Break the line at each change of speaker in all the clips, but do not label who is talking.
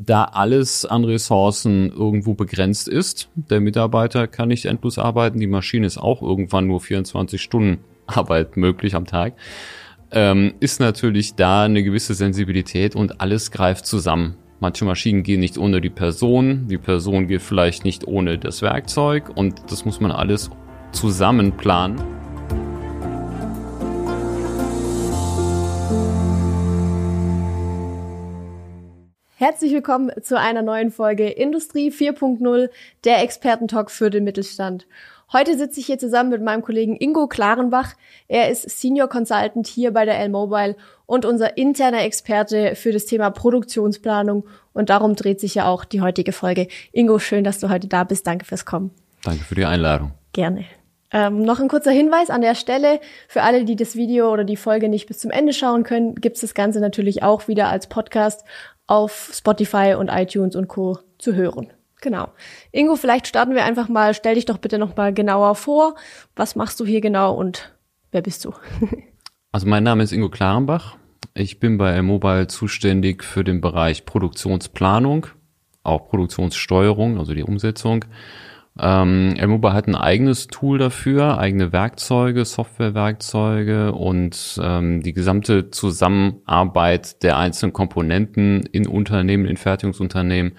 Da alles an Ressourcen irgendwo begrenzt ist, der Mitarbeiter kann nicht endlos arbeiten, die Maschine ist auch irgendwann nur 24 Stunden Arbeit möglich am Tag, ist natürlich da eine gewisse Sensibilität und alles greift zusammen. Manche Maschinen gehen nicht ohne die Person geht vielleicht nicht ohne das Werkzeug und das muss man alles zusammen planen.
Herzlich willkommen zu einer neuen Folge Industrie 4.0, der Expertentalk für den Mittelstand. Heute sitze ich hier zusammen mit meinem Kollegen Ingo Klarenbach. Er ist Senior Consultant hier bei der L-Mobile und unser interner Experte für das Thema Produktionsplanung. Und darum dreht sich ja auch die heutige Folge. Ingo, schön, dass du heute da bist. Danke fürs Kommen.
Danke für die Einladung.
Gerne. Noch ein kurzer Hinweis an der Stelle. Für alle, die das Video oder die Folge nicht bis zum Ende schauen können, gibt es das Ganze natürlich auch wieder als Podcast auf Spotify und iTunes und Co. zu hören. Genau. Ingo, vielleicht starten wir einfach mal. Stell dich doch bitte noch mal genauer vor. Was machst du hier genau und wer bist du?
Also mein Name ist Ingo Klarenbach. Ich bin bei L-Mobile zuständig für den Bereich Produktionsplanung, auch Produktionssteuerung, also die Umsetzung. L-Mobile hat ein eigenes Tool dafür, eigene Werkzeuge, Softwarewerkzeuge und die gesamte Zusammenarbeit der einzelnen Komponenten in Unternehmen, in Fertigungsunternehmen.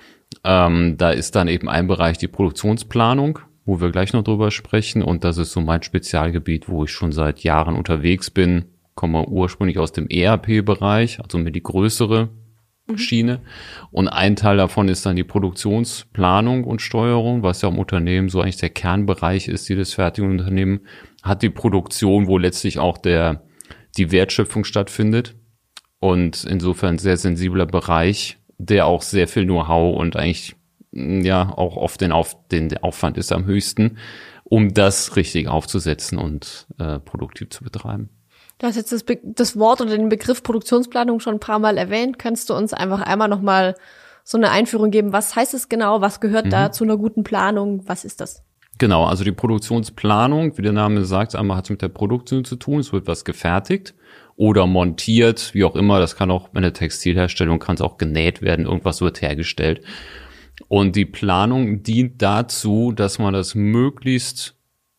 Da ist dann eben ein Bereich die Produktionsplanung, wo wir gleich noch drüber sprechen und das ist so mein Spezialgebiet, wo ich schon seit Jahren unterwegs bin, komme ursprünglich aus dem ERP-Bereich, also mit die größere Schiene. Und ein Teil davon ist dann die Produktionsplanung und Steuerung, was ja im Unternehmen so eigentlich der Kernbereich ist, jedes Fertigungsunternehmen hat die Produktion, wo letztlich auch die Wertschöpfung stattfindet. Und insofern ein sehr sensibler Bereich, der auch sehr viel Know-how und eigentlich ja auch oft den Aufwand ist am höchsten, um das richtig aufzusetzen und produktiv zu betreiben.
Du hast jetzt das Wort oder den Begriff Produktionsplanung schon ein paar Mal erwähnt. Kannst du uns einfach einmal nochmal so eine Einführung geben? Was heißt es genau? Was gehört da zu einer guten Planung? Was ist das? Genau,
also die Produktionsplanung, wie der Name sagt, einmal hat es mit der Produktion zu tun. Es wird was gefertigt oder montiert, wie auch immer. Das kann auch in der Textilherstellung, kann es auch genäht werden. Irgendwas wird hergestellt. Und die Planung dient dazu, dass man das möglichst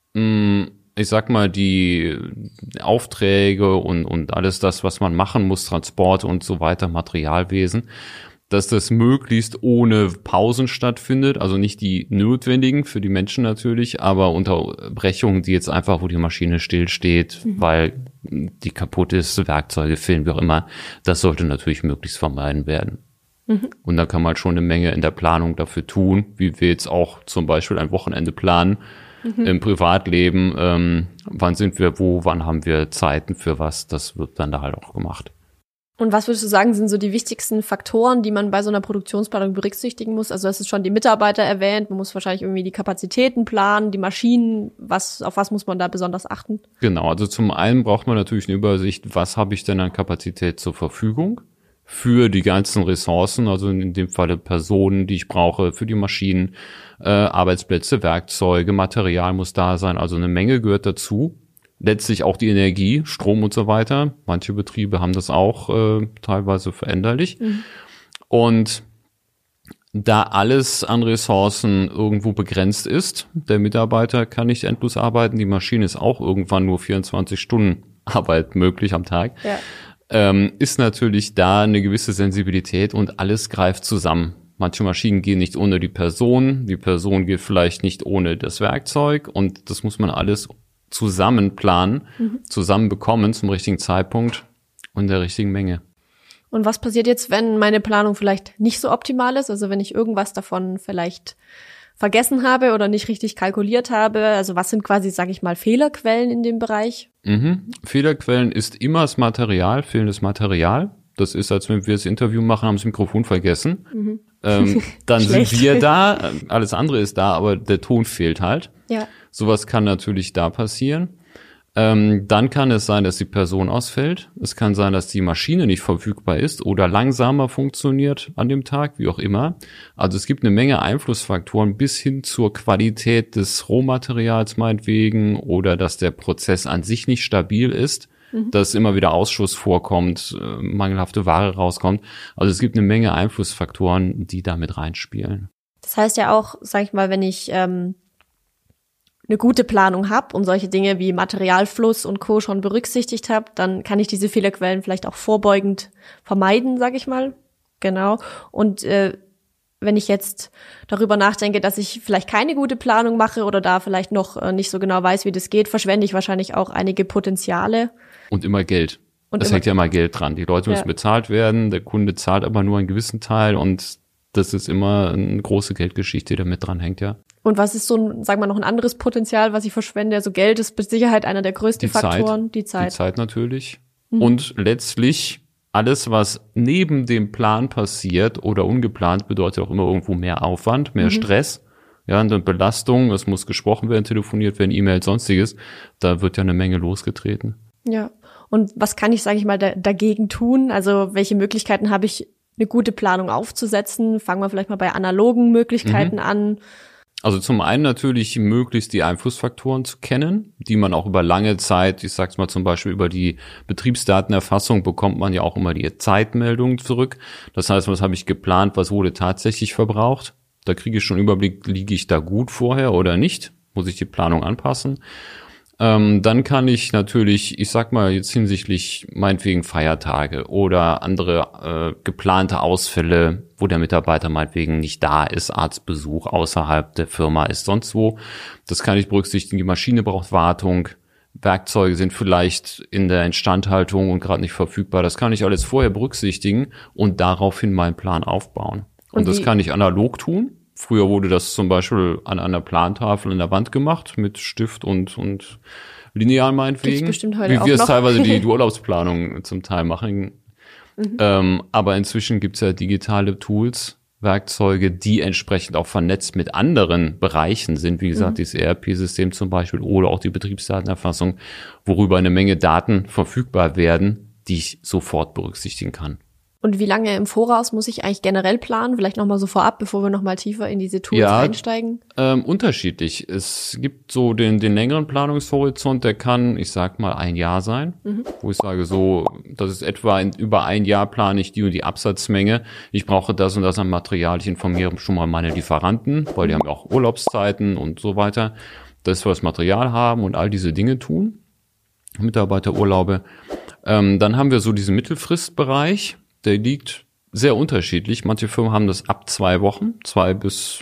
ich sag mal, die Aufträge und alles das, was man machen muss, Transport und so weiter, Materialwesen, dass das möglichst ohne Pausen stattfindet, also nicht die notwendigen für die Menschen natürlich, aber Unterbrechungen, die jetzt einfach, wo die Maschine stillsteht, weil die kaputt ist, Werkzeuge fehlen, wie auch immer, das sollte natürlich möglichst vermeiden werden. Und da kann man schon eine Menge in der Planung dafür tun, wie wir jetzt auch zum Beispiel ein Wochenende planen, im Privatleben, wann sind wir wo, wann haben wir Zeiten für was, das wird dann da halt auch gemacht. Und was würdest du sagen, sind so die wichtigsten Faktoren, die man bei so einer Produktionsplanung berücksichtigen muss? Also das ist schon die Mitarbeiter erwähnt, man muss wahrscheinlich irgendwie die Kapazitäten planen, die Maschinen, auf was muss man da besonders achten? Genau, also zum einen braucht man natürlich eine Übersicht, was habe ich denn an Kapazität zur Verfügung für die ganzen Ressourcen, also in dem Falle Personen, die ich brauche, für die Maschinen, Arbeitsplätze, Werkzeuge, Material muss da sein, also eine Menge gehört dazu. Letztlich auch die Energie, Strom und so weiter. Manche Betriebe haben das auch teilweise veränderlich. Und da alles an Ressourcen irgendwo begrenzt ist, der Mitarbeiter kann nicht endlos arbeiten, die Maschine ist auch irgendwann nur 24 Stunden Arbeit möglich am Tag. Ja. Ist natürlich da eine gewisse Sensibilität und alles greift zusammen. Manche Maschinen gehen nicht ohne die Person geht vielleicht nicht ohne das Werkzeug und das muss man alles zusammen planen, zusammen bekommen zum richtigen Zeitpunkt und der richtigen Menge. Und was passiert jetzt, wenn meine Planung vielleicht nicht so optimal ist? Also wenn ich irgendwas davon vielleicht vergessen habe oder nicht richtig kalkuliert habe? Also was sind quasi, sage ich mal, Fehlerquellen in dem Bereich? Fehlerquellen ist immer das Material, fehlendes Material. Das ist, als wenn wir das Interview machen, haben das Mikrofon vergessen. Dann sind wir da, alles andere ist da, aber der Ton fehlt halt. Ja. Sowas kann natürlich da passieren. Dann kann es sein, dass die Person ausfällt. Es kann sein, dass die Maschine nicht verfügbar ist oder langsamer funktioniert an dem Tag, wie auch immer. Also es gibt eine Menge Einflussfaktoren bis hin zur Qualität des Rohmaterials meinetwegen oder dass der Prozess an sich nicht stabil ist. dass immer wieder Ausschuss vorkommt, mangelhafte Ware rauskommt. Also es gibt eine Menge Einflussfaktoren, die da mit reinspielen.
Das heißt ja auch, sag ich mal, wenn ich eine gute Planung habe und solche Dinge wie Materialfluss und Co. schon berücksichtigt habe, dann kann ich diese Fehlerquellen vielleicht auch vorbeugend vermeiden, sag ich mal. Genau. Und wenn ich jetzt darüber nachdenke, dass ich vielleicht keine gute Planung mache oder da vielleicht noch nicht so genau weiß, wie das geht, verschwende ich wahrscheinlich auch einige Potenziale.
Und immer Geld. Es hängt ja immer Geld dran. Die Leute müssen bezahlt werden, der Kunde zahlt aber nur einen gewissen Teil und das ist immer eine große Geldgeschichte, die da mit dran hängt, ja.
Und was ist so, sagen wir noch ein anderes Potenzial, was ich verschwende? Also Geld ist mit Sicherheit einer der größten Faktoren. Die Zeit.
Die Zeit natürlich. Und letztlich alles, was neben dem Plan passiert oder ungeplant, bedeutet auch immer irgendwo mehr Aufwand, mehr Stress, ja, eine Belastung. Es muss gesprochen werden, telefoniert werden, E-Mails, sonstiges. Da wird ja eine Menge losgetreten.
Ja. Und was kann ich, sage ich mal, dagegen tun? Also welche Möglichkeiten habe ich, eine gute Planung aufzusetzen? Fangen wir vielleicht mal bei analogen Möglichkeiten an.
Also zum einen natürlich möglichst die Einflussfaktoren zu kennen, die man auch über lange Zeit, ich sag's mal zum Beispiel über die Betriebsdatenerfassung bekommt man ja auch immer die Zeitmeldungen zurück. Das heißt, was habe ich geplant, was wurde tatsächlich verbraucht? Da kriege ich schon einen Überblick, liege ich da gut vorher oder nicht? Muss ich die Planung anpassen? Dann kann ich natürlich, ich sag mal jetzt hinsichtlich meinetwegen Feiertage oder andere geplante Ausfälle, wo der Mitarbeiter meinetwegen nicht da ist, Arztbesuch außerhalb der Firma ist, sonst wo. Das kann ich berücksichtigen. Die Maschine braucht Wartung, Werkzeuge sind vielleicht in der Instandhaltung und gerade nicht verfügbar. Das kann ich alles vorher berücksichtigen und daraufhin meinen Plan aufbauen. Und das kann ich analog tun. Früher wurde das zum Beispiel an einer Plantafel in der Wand gemacht mit Stift und Lineal meinetwegen.
Gibt's bestimmt heute
wie
auch
wir es
noch.
teilweise die Urlaubsplanung zum Teil machen. Aber inzwischen gibt's ja digitale Tools, Werkzeuge, die entsprechend auch vernetzt mit anderen Bereichen sind. Wie gesagt, dieses ERP-System zum Beispiel oder auch die Betriebsdatenerfassung, worüber eine Menge Daten verfügbar werden, die ich sofort berücksichtigen kann.
Und wie lange im Voraus muss ich eigentlich generell planen? Vielleicht nochmal so vorab, bevor wir nochmal tiefer in diese Tools einsteigen?
Unterschiedlich. Es gibt so den längeren Planungshorizont, der kann, ich sag mal, 1 Jahr sein, wo ich sage so, das ist etwa über 1 Jahr plane ich die und die Absatzmenge. Ich brauche das und das an Material. Ich informiere schon mal meine Lieferanten, weil die haben ja auch Urlaubszeiten und so weiter, dass wir das Material haben und all diese Dinge tun. Mitarbeiterurlaube. Dann haben wir so diesen Mittelfristbereich. Der liegt sehr unterschiedlich. Manche Firmen haben das ab 2 Wochen, 2 bis,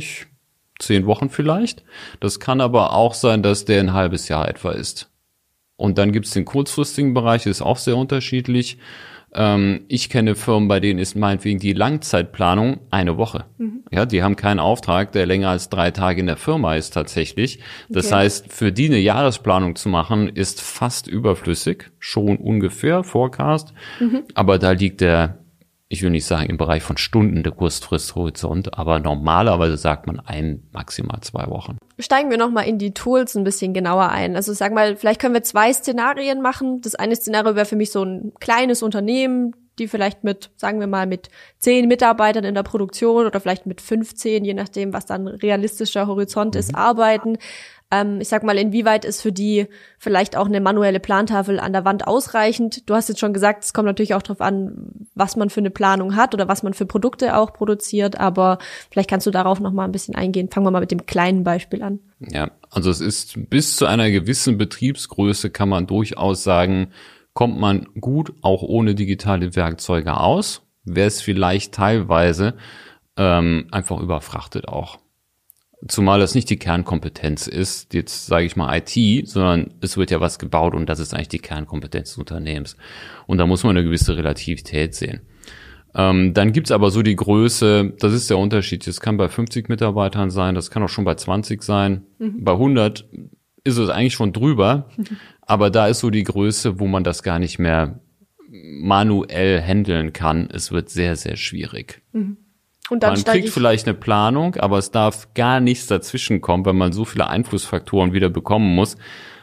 10 Wochen vielleicht. Das kann aber auch sein, dass der ein halbes Jahr etwa ist. Und dann gibt es den kurzfristigen Bereich, ist auch sehr unterschiedlich. Ich kenne Firmen, bei denen ist meinetwegen die Langzeitplanung 1 Woche. Ja, die haben keinen Auftrag, der länger als 3 Tage in der Firma ist tatsächlich. Das heißt, für die eine Jahresplanung zu machen, ist fast überflüssig. Schon ungefähr, Forecast. Aber da liegt ich will nicht sagen im Bereich von Stunden der Kurzfristhorizont, aber normalerweise sagt man maximal 2 Wochen.
Steigen wir nochmal in die Tools ein bisschen genauer ein. Also sag mal, vielleicht können wir 2 Szenarien machen. Das eine Szenario wäre für mich so ein kleines Unternehmen, die vielleicht sagen wir mal, mit 10 Mitarbeitern in der Produktion oder vielleicht mit 15, je nachdem, was dann realistischer Horizont ist, arbeiten. Ich sag mal, inwieweit ist für die vielleicht auch eine manuelle Plantafel an der Wand ausreichend? Du hast jetzt schon gesagt, es kommt natürlich auch darauf an, was man für eine Planung hat oder was man für Produkte auch produziert, aber vielleicht kannst du darauf noch mal ein bisschen eingehen. Fangen wir mal mit dem kleinen Beispiel an.
Ja, also es ist bis zu einer gewissen Betriebsgröße kann man durchaus sagen, kommt man gut auch ohne digitale Werkzeuge aus, wäre es vielleicht teilweise einfach überfrachtet auch. Zumal das nicht die Kernkompetenz ist, jetzt sage ich mal IT, sondern es wird ja was gebaut und das ist eigentlich die Kernkompetenz des Unternehmens. Und da muss man eine gewisse Relativität sehen. Dann gibt's aber so die Größe, das ist der Unterschied, das kann bei 50 Mitarbeitern sein, das kann auch schon bei 20 sein, bei 100 ist es eigentlich schon drüber, aber da ist so die Größe, wo man das gar nicht mehr manuell handeln kann. Es wird sehr, sehr schwierig. Und dann man kriegt vielleicht eine Planung, aber es darf gar nichts dazwischen kommen, weil man so viele Einflussfaktoren wieder bekommen muss.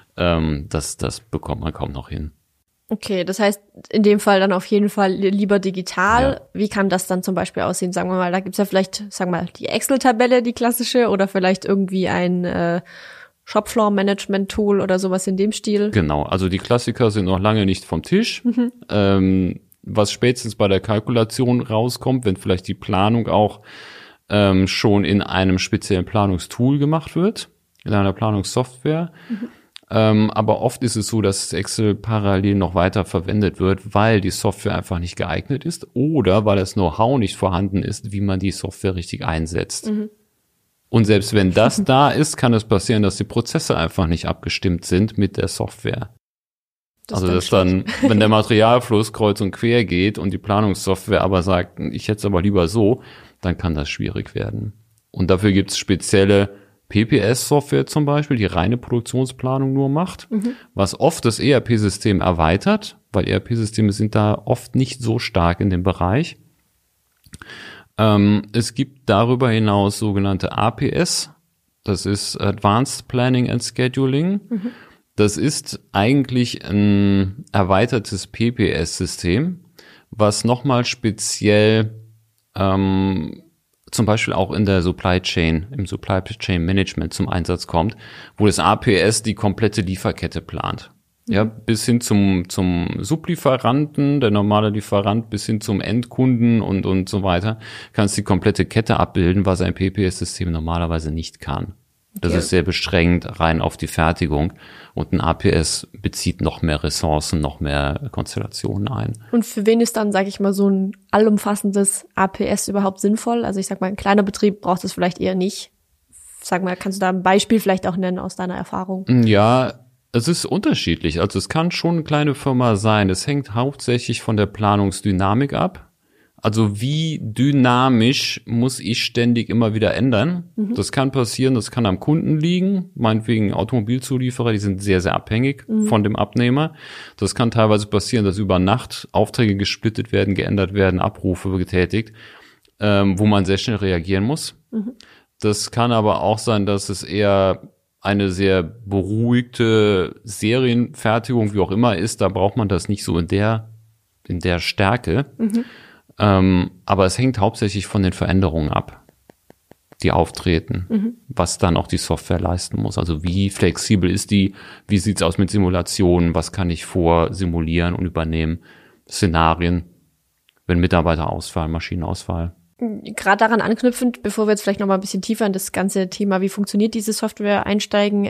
Das bekommt man kaum noch hin.
Okay, das heißt in dem Fall dann auf jeden Fall lieber digital. Ja. Wie kann das dann zum Beispiel aussehen? Sagen wir mal, da gibt's ja vielleicht, sagen wir mal, die Excel-Tabelle, die klassische, oder vielleicht irgendwie ein Shopfloor-Management-Tool oder sowas in dem Stil.
Genau, also die Klassiker sind noch lange nicht vom Tisch. Was spätestens bei der Kalkulation rauskommt, wenn vielleicht die Planung auch schon in einem speziellen Planungstool gemacht wird, in einer Planungssoftware. Aber oft ist es so, dass Excel parallel noch weiter verwendet wird, weil die Software einfach nicht geeignet ist oder weil das Know-how nicht vorhanden ist, wie man die Software richtig einsetzt. Und selbst wenn das da ist, kann es passieren, dass die Prozesse einfach nicht abgestimmt sind mit der Software. Dass dann, wenn der Materialfluss kreuz und quer geht und die Planungssoftware aber sagt, ich hätte es aber lieber so, dann kann das schwierig werden. Und dafür gibt es spezielle PPS-Software zum Beispiel, die reine Produktionsplanung nur macht, was oft das ERP-System erweitert, weil ERP-Systeme sind da oft nicht so stark in dem Bereich. Es gibt darüber hinaus sogenannte APS, das ist Advanced Planning and Scheduling. Das ist eigentlich ein erweitertes PPS-System, was nochmal speziell zum Beispiel auch in der Supply Chain, im Supply Chain Management zum Einsatz kommt, wo das APS die komplette Lieferkette plant. Ja, bis hin zum Sublieferanten, der normale Lieferant, bis hin zum Endkunden und so weiter, kannst die komplette Kette abbilden, was ein PPS-System normalerweise nicht kann. Das ist sehr beschränkt rein auf die Fertigung und ein APS bezieht noch mehr Ressourcen, noch mehr Konstellationen ein.
Und für wen ist dann, sage ich mal, so ein allumfassendes APS überhaupt sinnvoll? Also ich sag mal, ein kleiner Betrieb braucht es vielleicht eher nicht. Sag mal, kannst du da ein Beispiel vielleicht auch nennen aus deiner Erfahrung?
Ja, es ist unterschiedlich. Also es kann schon eine kleine Firma sein. Es hängt hauptsächlich von der Planungsdynamik ab. Also wie dynamisch muss ich ständig immer wieder ändern? Das kann passieren, das kann am Kunden liegen, meinetwegen Automobilzulieferer, die sind sehr, sehr abhängig von dem Abnehmer. Das kann teilweise passieren, dass über Nacht Aufträge gesplittet werden, geändert werden, Abrufe getätigt, wo man sehr schnell reagieren muss. Das kann aber auch sein, dass es eher eine sehr beruhigte Serienfertigung, wie auch immer ist, da braucht man das nicht so in der Stärke. Aber es hängt hauptsächlich von den Veränderungen ab, die auftreten, was dann auch die Software leisten muss. Also wie flexibel ist die, wie sieht's aus mit Simulationen, was kann ich vorsimulieren und übernehmen, Szenarien, wenn Mitarbeiter ausfallen, Maschinenausfall.
Gerade daran anknüpfend, bevor wir jetzt vielleicht noch mal ein bisschen tiefer in das ganze Thema, wie funktioniert diese Software, einsteigen,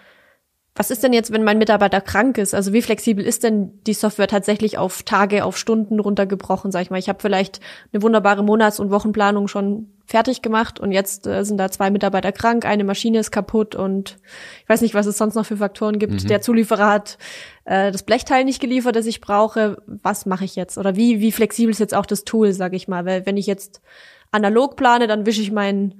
was ist denn jetzt, wenn mein Mitarbeiter krank ist? Also wie flexibel ist denn die Software tatsächlich auf Tage, auf Stunden runtergebrochen, sag ich mal? Ich habe vielleicht eine wunderbare Monats- und Wochenplanung schon fertig gemacht und jetzt sind da 2 Mitarbeiter krank, eine Maschine ist kaputt und ich weiß nicht, was es sonst noch für Faktoren gibt. Der Zulieferer hat das Blechteil nicht geliefert, das ich brauche. Was mache ich jetzt? Oder wie flexibel ist jetzt auch das Tool, sag ich mal? Weil wenn ich jetzt analog plane, dann wische ich meinen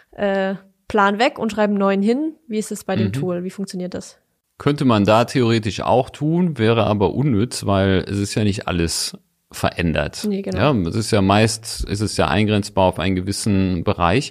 Plan weg und schreibe einen neuen hin. Wie ist es bei dem Tool? Wie funktioniert das?
Könnte man da theoretisch auch tun, wäre aber unnütz, weil es ist ja nicht alles verändert.
Nee, genau.
Ja, ist es ja eingrenzbar auf einen gewissen Bereich.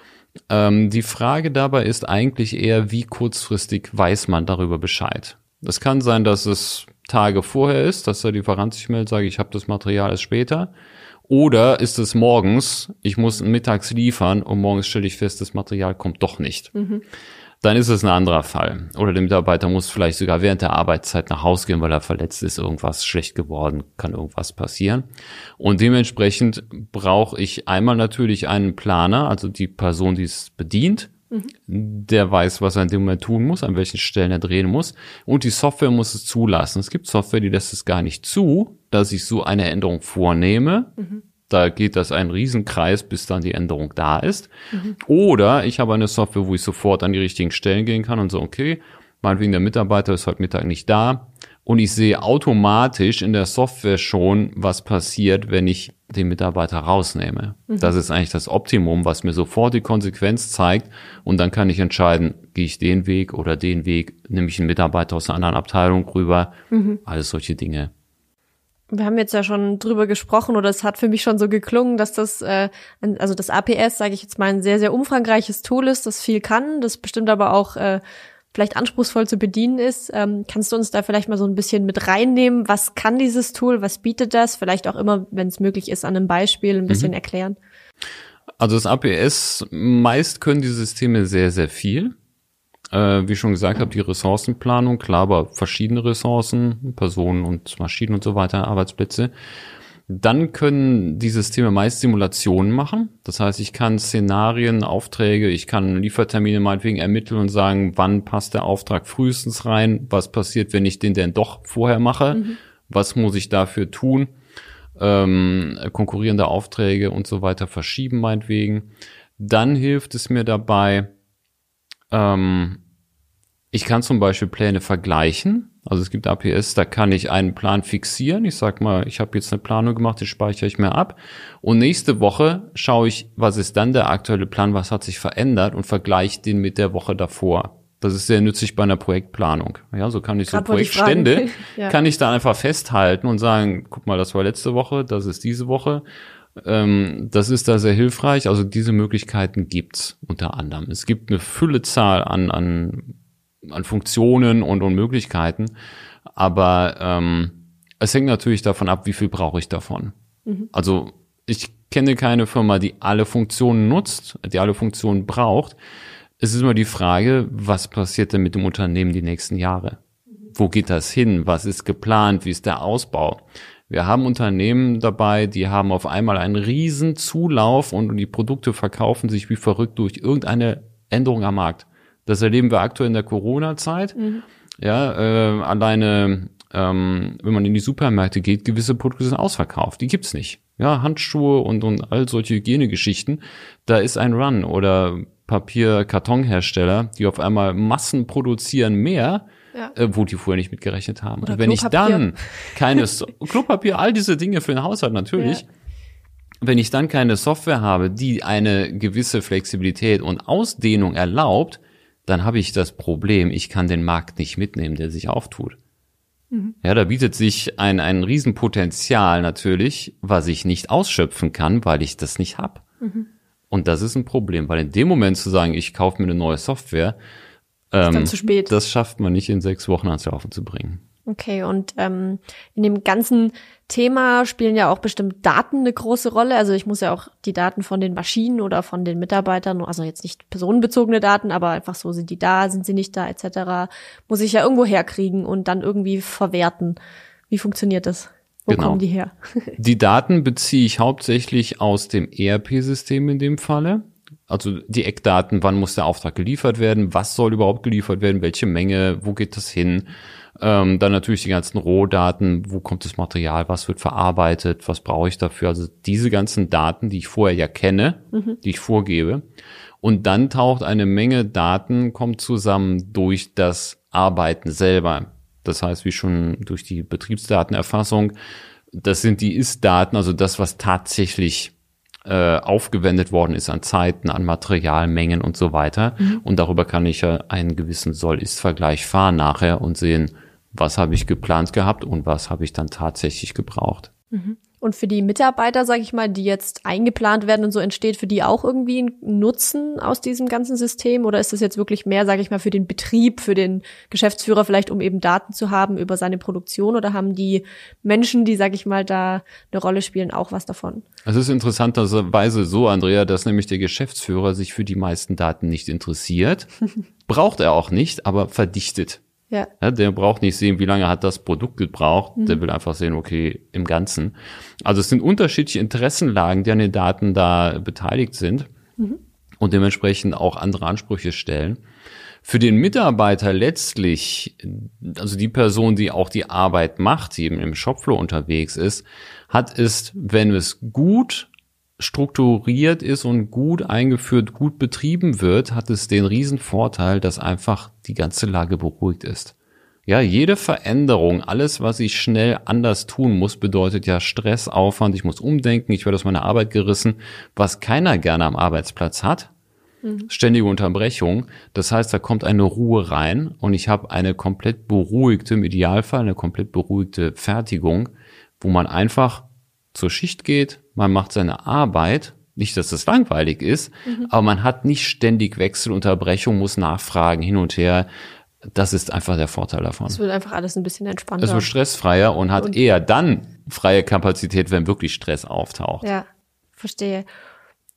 Die Frage dabei ist eigentlich eher, wie kurzfristig weiß man darüber Bescheid. Das kann sein, dass es Tage vorher ist, dass der Lieferant sich meldet, sage ich habe das Material erst später. Oder ist es morgens, ich muss mittags liefern und morgens stelle ich fest, das Material kommt doch nicht. Dann ist es ein anderer Fall. Oder der Mitarbeiter muss vielleicht sogar während der Arbeitszeit nach Hause gehen, weil er verletzt ist, irgendwas schlecht geworden, kann irgendwas passieren. Und dementsprechend brauche ich einmal natürlich einen Planer, also die Person, die es bedient, der weiß, was er in dem Moment tun muss, an welchen Stellen er drehen muss. Und die Software muss es zulassen. Es gibt Software, die lässt es gar nicht zu, dass ich so eine Änderung vornehme. Da geht das ein Riesenkreis, bis dann die Änderung da ist. Oder ich habe eine Software, wo ich sofort an die richtigen Stellen gehen kann und so, okay, meinetwegen der Mitarbeiter ist heute Mittag nicht da. Und ich sehe automatisch in der Software schon, was passiert, wenn ich den Mitarbeiter rausnehme. Das ist eigentlich das Optimum, was mir sofort die Konsequenz zeigt. Und dann kann ich entscheiden, gehe ich den Weg oder den Weg, nehme ich einen Mitarbeiter aus einer anderen Abteilung rüber. Alles solche Dinge.
Wir haben jetzt ja schon drüber gesprochen oder es hat für mich schon so geklungen, dass das, also das APS, sage ich jetzt mal, ein sehr, sehr umfangreiches Tool ist, das viel kann, das bestimmt aber auch vielleicht anspruchsvoll zu bedienen ist. Kannst du uns da vielleicht mal so ein bisschen mit reinnehmen? Was kann dieses Tool? Was bietet das? Vielleicht auch immer, wenn es möglich ist, an einem Beispiel ein bisschen erklären.
Also das APS, meist können die Systeme sehr, sehr viel. Wie ich schon gesagt habe, die Ressourcenplanung, klar, aber verschiedene Ressourcen, Personen und Maschinen und so weiter, Arbeitsplätze. Dann können die Systeme meist Simulationen machen. Das heißt, ich kann Szenarien, Aufträge, ich kann Liefertermine meinetwegen ermitteln und sagen, wann passt der Auftrag frühestens rein, was passiert, wenn ich den denn doch vorher mache, was muss ich dafür tun, konkurrierende Aufträge und so weiter verschieben meinetwegen. Dann hilft es mir dabei, ich kann zum Beispiel Pläne vergleichen. Also es gibt APS, da kann ich einen Plan fixieren. Ich sag mal, ich habe jetzt eine Planung gemacht, die speichere ich mir ab. Und nächste Woche schaue ich, was ist dann der aktuelle Plan, was hat sich verändert und vergleiche den mit der Woche davor. Das ist sehr nützlich bei einer Projektplanung. Ja, so kann ich so Projektstände, kann ich da einfach festhalten und sagen, guck mal, das war letzte Woche, das ist diese Woche. Das ist da sehr hilfreich. Also diese Möglichkeiten gibt's unter anderem. Es gibt eine Füllezahl an Funktionen und Möglichkeiten, aber es hängt natürlich davon ab, wie viel brauche ich davon. Also ich kenne keine Firma, die alle Funktionen nutzt, die alle Funktionen braucht. Es ist immer die Frage, was passiert denn mit dem Unternehmen die nächsten Jahre? Wo geht das hin? Was ist geplant? Wie ist der Ausbau? Wir haben Unternehmen dabei, die haben auf einmal einen riesen Zulauf und die Produkte verkaufen sich wie verrückt durch irgendeine Änderung am Markt. Das erleben wir aktuell in der Corona-Zeit. Ja, alleine, wenn man in die Supermärkte geht, gewisse Produkte sind ausverkauft. Die gibt's nicht. Ja, Handschuhe und all solche Hygienegeschichten. Da ist ein Run oder Papier-Kartonhersteller, die auf einmal Massen produzieren mehr, wo die vorher nicht mitgerechnet haben.
Oder
und wenn ich dann Klopapier, all diese Dinge für den Haushalt natürlich. Ja. Wenn ich dann keine Software habe, die eine gewisse Flexibilität und Ausdehnung erlaubt, dann habe ich das Problem, ich kann den Markt nicht mitnehmen, der sich auftut. Ja, da bietet sich ein Riesenpotenzial natürlich, was ich nicht ausschöpfen kann, weil ich das nicht habe. Und das ist ein Problem, weil in dem Moment zu sagen, ich kaufe mir eine neue Software,
ist dann zu spät.
Das schafft man nicht in 6 Wochen ans Laufen zu bringen.
Okay, und in dem ganzen Thema spielen ja auch bestimmt Daten eine große Rolle. Also ich muss ja auch die Daten von den Maschinen oder von den Mitarbeitern, also jetzt nicht personenbezogene Daten, aber einfach so, sind die da, sind sie nicht da, etc., muss ich ja irgendwo herkriegen und dann irgendwie verwerten. Wie funktioniert das? Wo kommen die her?
Die Daten beziehe ich hauptsächlich aus dem ERP-System in dem Falle. Also die Eckdaten, wann muss der Auftrag geliefert werden, was soll überhaupt geliefert werden, welche Menge, wo geht das hin? Dann natürlich die ganzen Rohdaten, wo kommt das Material, was wird verarbeitet, was brauche ich dafür? Also diese ganzen Daten, die ich vorher ja kenne, die ich vorgebe. Und dann taucht eine Menge Daten, kommt zusammen durch das Arbeiten selber. Das heißt, wie schon durch die Betriebsdatenerfassung, das sind die Ist-Daten, also das, was tatsächlich aufgewendet worden ist an Zeiten, an Materialmengen und so weiter. Und darüber kann ich ja einen gewissen Soll-Ist-Vergleich fahren nachher und sehen, was habe ich geplant gehabt und was habe ich dann tatsächlich gebraucht.
Und für die Mitarbeiter, sage ich mal, die jetzt eingeplant werden und so, entsteht für die auch irgendwie ein Nutzen aus diesem ganzen System? Oder ist das jetzt wirklich mehr, sage ich mal, für den Betrieb, für den Geschäftsführer vielleicht, um eben Daten zu haben über seine Produktion? Oder haben die Menschen, die, sage ich mal, da eine Rolle spielen, auch was davon?
Es ist interessanterweise so, Andrea, dass nämlich der Geschäftsführer sich für die meisten Daten nicht interessiert. Braucht er auch nicht, aber verdichtet. Ja, der braucht nicht sehen, wie lange hat das Produkt gebraucht. Der will einfach sehen, okay, im Ganzen. Also es sind unterschiedliche Interessenlagen, die an den Daten da beteiligt sind und dementsprechend auch andere Ansprüche stellen. Für den Mitarbeiter letztlich, also die Person, die auch die Arbeit macht, die eben im Shopfloor unterwegs ist, hat es, wenn es gut strukturiert ist und gut eingeführt, gut betrieben wird, hat es den riesen Vorteil, dass einfach die ganze Lage beruhigt ist. Ja, jede Veränderung, alles, was ich schnell anders tun muss, bedeutet ja Stress, Aufwand, ich muss umdenken, ich werde aus meiner Arbeit gerissen, was keiner gerne am Arbeitsplatz hat. Ständige Unterbrechung. Das heißt, da kommt eine Ruhe rein und ich habe eine komplett beruhigte, im Idealfall eine komplett beruhigte Fertigung, wo man einfach zur Schicht geht, man macht seine Arbeit, nicht, dass das langweilig ist, aber man hat nicht ständig Wechselunterbrechung, muss nachfragen, hin und her. Das ist einfach der Vorteil davon.
Es wird einfach alles ein bisschen entspannter.
Es wird stressfreier und hat eher dann freie Kapazität, wenn wirklich Stress auftaucht.
Ja, verstehe.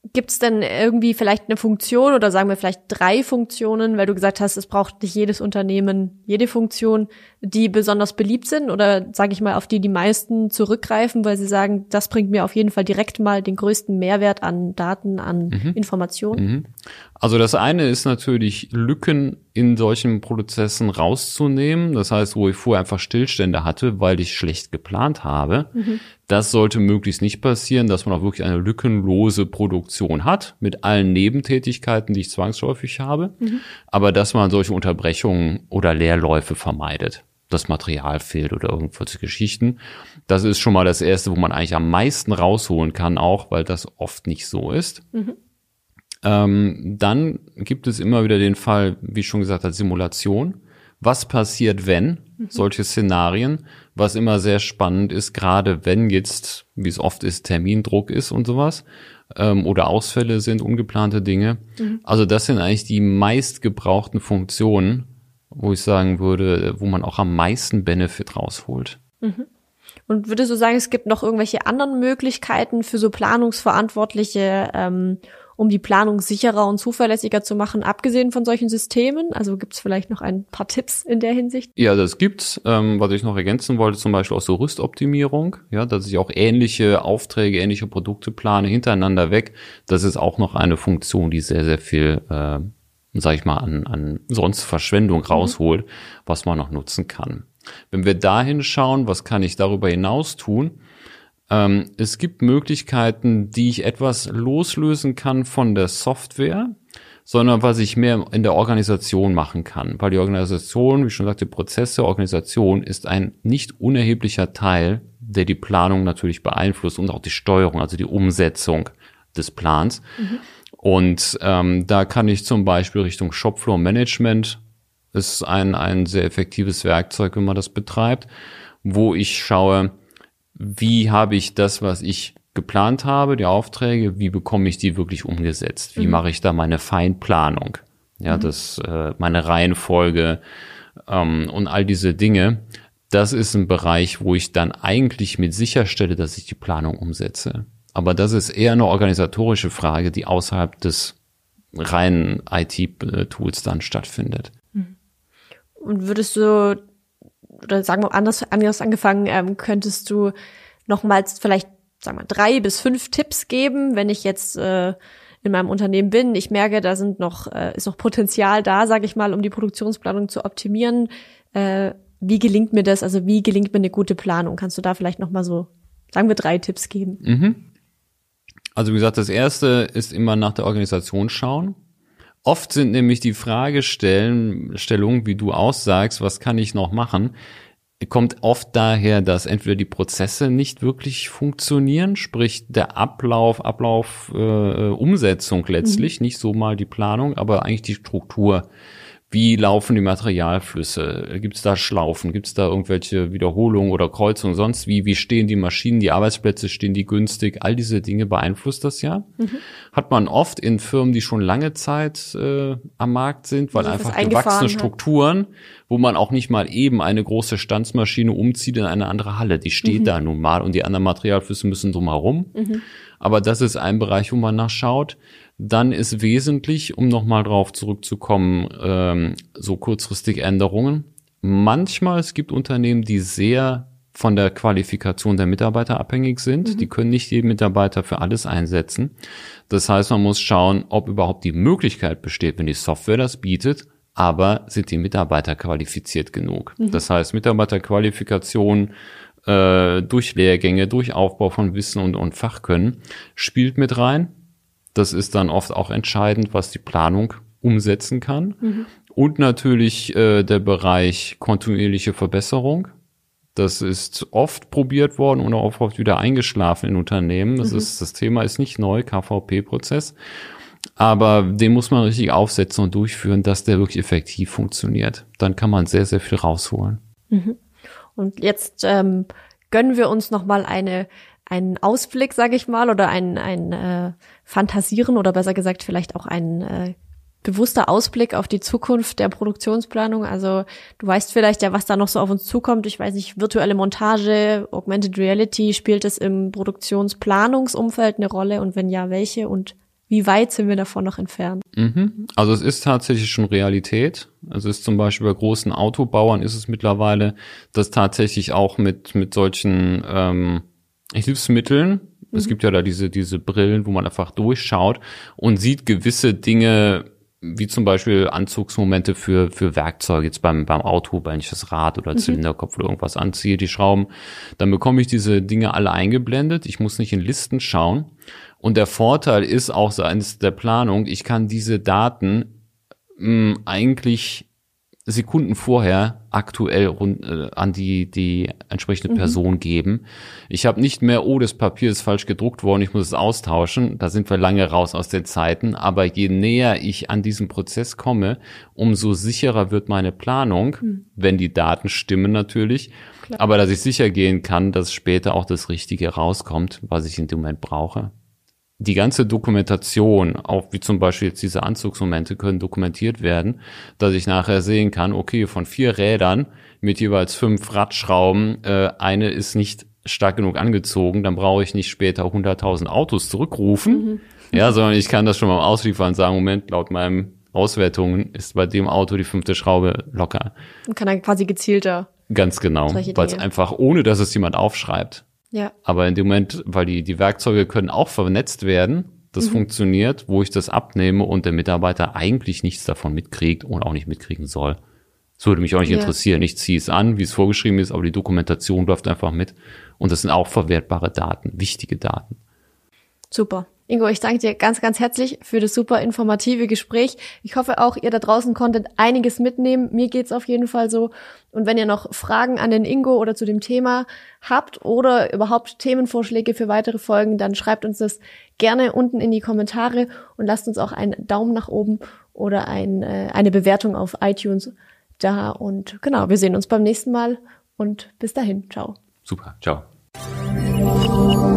Gibt es denn irgendwie vielleicht eine Funktion oder sagen wir vielleicht 3 Funktionen, weil du gesagt hast, es braucht nicht jedes Unternehmen jede Funktion, die besonders beliebt sind oder sage ich mal, auf die meisten zurückgreifen, weil sie sagen, das bringt mir auf jeden Fall direkt mal den größten Mehrwert an Daten, an Informationen?
Also das eine ist natürlich, Lücken in solchen Prozessen rauszunehmen. Das heißt, wo ich vorher einfach Stillstände hatte, weil ich schlecht geplant habe. Das sollte möglichst nicht passieren, dass man auch wirklich eine lückenlose Produktion hat mit allen Nebentätigkeiten, die ich zwangsläufig habe. Aber dass man solche Unterbrechungen oder Leerläufe vermeidet. Das Material fehlt oder irgendwelche Geschichten. Das ist schon mal das Erste, wo man eigentlich am meisten rausholen kann auch, weil das oft nicht so ist. Dann gibt es immer wieder den Fall, wie ich schon gesagt habe, Simulation. Was passiert, wenn? Solche Szenarien, was immer sehr spannend ist, gerade wenn jetzt, wie es oft ist, Termindruck ist und sowas, oder Ausfälle sind, ungeplante Dinge. Also das sind eigentlich die meistgebrauchten Funktionen, wo ich sagen würde, wo man auch am meisten Benefit rausholt.
Und würdest du sagen, es gibt noch irgendwelche anderen Möglichkeiten für so Planungsverantwortliche, um die Planung sicherer und zuverlässiger zu machen, abgesehen von solchen Systemen? Also gibt es vielleicht noch ein paar Tipps in der Hinsicht?
Ja, das gibt's. Was ich noch ergänzen wollte, zum Beispiel auch so Rüstoptimierung, ja, dass ich auch ähnliche Aufträge, ähnliche Produkte plane, hintereinander weg. Das ist auch noch eine Funktion, die sehr, sehr viel, sag ich mal, an sonst Verschwendung rausholt, was man noch nutzen kann. Wenn wir dahin schauen, was kann ich darüber hinaus tun? Es gibt Möglichkeiten, die ich etwas loslösen kann von der Software, sondern was ich mehr in der Organisation machen kann. Weil die Organisation, wie schon sagte, Prozesse, Organisation ist ein nicht unerheblicher Teil, der die Planung natürlich beeinflusst und auch die Steuerung, also die Umsetzung des Plans. Und da kann ich zum Beispiel Richtung Shopfloor Management, ist ein sehr effektives Werkzeug, wenn man das betreibt, wo ich schaue, wie habe ich das, was ich geplant habe, die Aufträge, wie bekomme ich die wirklich umgesetzt? Wie mache ich da meine Feinplanung? Ja, meine Reihenfolge und all diese Dinge. Das ist ein Bereich, wo ich dann eigentlich mit sicherstelle, dass ich die Planung umsetze. Aber das ist eher eine organisatorische Frage, die außerhalb des reinen IT-Tools dann stattfindet.
Und würdest du, oder sagen wir anders angefangen, könntest du nochmals vielleicht, sagen wir, 3 bis 5 Tipps geben, wenn ich jetzt in meinem Unternehmen bin, ich merke, da ist noch Potenzial da, sage ich mal, um die Produktionsplanung zu optimieren. Wie gelingt mir das? Also wie gelingt mir eine gute Planung? Kannst du da vielleicht nochmal so, sagen wir, 3 Tipps geben?
Also wie gesagt, das Erste ist immer nach der Organisation schauen. Oft sind nämlich die Fragestellungen, wie du aussagst, was kann ich noch machen, kommt oft daher, dass entweder die Prozesse nicht wirklich funktionieren, sprich der Ablauf, Umsetzung letztlich, nicht so mal die Planung, aber eigentlich die Struktur. Wie laufen die Materialflüsse? Gibt es da Schlaufen? Gibt es da irgendwelche Wiederholungen oder Kreuzungen? Sonst wie stehen die Maschinen, die Arbeitsplätze, stehen die günstig? All diese Dinge beeinflusst das ja. Hat man oft in Firmen, die schon lange Zeit am Markt sind, weil einfach gewachsene Strukturen, wo man auch nicht mal eben eine große Stanzmaschine umzieht in eine andere Halle. Die steht da nun mal und die anderen Materialflüsse müssen drumherum. Aber das ist ein Bereich, wo man nachschaut. Dann ist wesentlich, um nochmal drauf zurückzukommen, so kurzfristig Änderungen. Manchmal, es gibt Unternehmen, die sehr von der Qualifikation der Mitarbeiter abhängig sind. Die können nicht jeden Mitarbeiter für alles einsetzen. Das heißt, man muss schauen, ob überhaupt die Möglichkeit besteht, wenn die Software das bietet, aber sind die Mitarbeiter qualifiziert genug. Das heißt, Mitarbeiterqualifikation durch Lehrgänge, durch Aufbau von Wissen und Fachkönnen spielt mit rein. Das ist dann oft auch entscheidend, was die Planung umsetzen kann. Und natürlich der Bereich kontinuierliche Verbesserung. Das ist oft probiert worden und auch oft wieder eingeschlafen in Unternehmen. Das Thema ist nicht neu, KVP-Prozess. Aber den muss man richtig aufsetzen und durchführen, dass der wirklich effektiv funktioniert. Dann kann man sehr, sehr viel rausholen.
Und jetzt gönnen wir uns nochmal einen Ausblick, sage ich mal, oder ein Fantasieren oder besser gesagt vielleicht auch ein bewusster Ausblick auf die Zukunft der Produktionsplanung. Also du weißt vielleicht ja, was da noch so auf uns zukommt. Ich weiß nicht, virtuelle Montage, Augmented Reality, spielt es im Produktionsplanungsumfeld eine Rolle und wenn ja, welche und wie weit sind wir davon noch entfernt?
Also es ist tatsächlich schon Realität. Also es ist zum Beispiel bei großen Autobauern ist es mittlerweile, dass tatsächlich auch mit solchen Hilfsmitteln, es gibt ja da diese Brillen, wo man einfach durchschaut und sieht gewisse Dinge, wie zum Beispiel Anzugsmomente für Werkzeuge, jetzt beim Auto, wenn ich das Rad oder Zylinderkopf oder irgendwas anziehe, die Schrauben, dann bekomme ich diese Dinge alle eingeblendet. Ich muss nicht in Listen schauen. Und der Vorteil ist auch seitens der Planung, ich kann diese Daten eigentlich Sekunden vorher aktuell an die entsprechende Person geben. Ich habe nicht mehr, das Papier ist falsch gedruckt worden, ich muss es austauschen. Da sind wir lange raus aus den Zeiten. Aber je näher ich an diesen Prozess komme, umso sicherer wird meine Planung, wenn die Daten stimmen natürlich. Klar. Aber dass ich sicher gehen kann, dass später auch das Richtige rauskommt, was ich in dem Moment brauche. Die ganze Dokumentation, auch wie zum Beispiel jetzt diese Anzugsmomente, können dokumentiert werden, dass ich nachher sehen kann, okay, von 4 Rädern mit jeweils 5 Radschrauben, eine ist nicht stark genug angezogen, dann brauche ich nicht später 100.000 Autos zurückrufen, ja, sondern ich kann das schon mal ausliefern und sagen, Moment, laut meinen Auswertungen ist bei dem Auto die 5. Schraube locker.
Und kann dann quasi gezielter.
Ganz genau, weil es einfach, ohne dass es jemand aufschreibt.
Ja.
Aber in dem Moment, weil die Werkzeuge können auch vernetzt werden, das funktioniert, wo ich das abnehme und der Mitarbeiter eigentlich nichts davon mitkriegt und auch nicht mitkriegen soll. Das würde mich auch nicht interessieren. Ich ziehe es an, wie es vorgeschrieben ist, aber die Dokumentation läuft einfach mit. Und das sind auch verwertbare Daten, wichtige Daten.
Super. Ingo, ich danke dir ganz, ganz herzlich für das super informative Gespräch. Ich hoffe auch, ihr da draußen konntet einiges mitnehmen. Mir geht's auf jeden Fall so. Und wenn ihr noch Fragen an den Ingo oder zu dem Thema habt oder überhaupt Themenvorschläge für weitere Folgen, dann schreibt uns das gerne unten in die Kommentare und lasst uns auch einen Daumen nach oben oder eine Bewertung auf iTunes da. Und genau, wir sehen uns beim nächsten Mal und bis dahin. Ciao.
Super, ciao.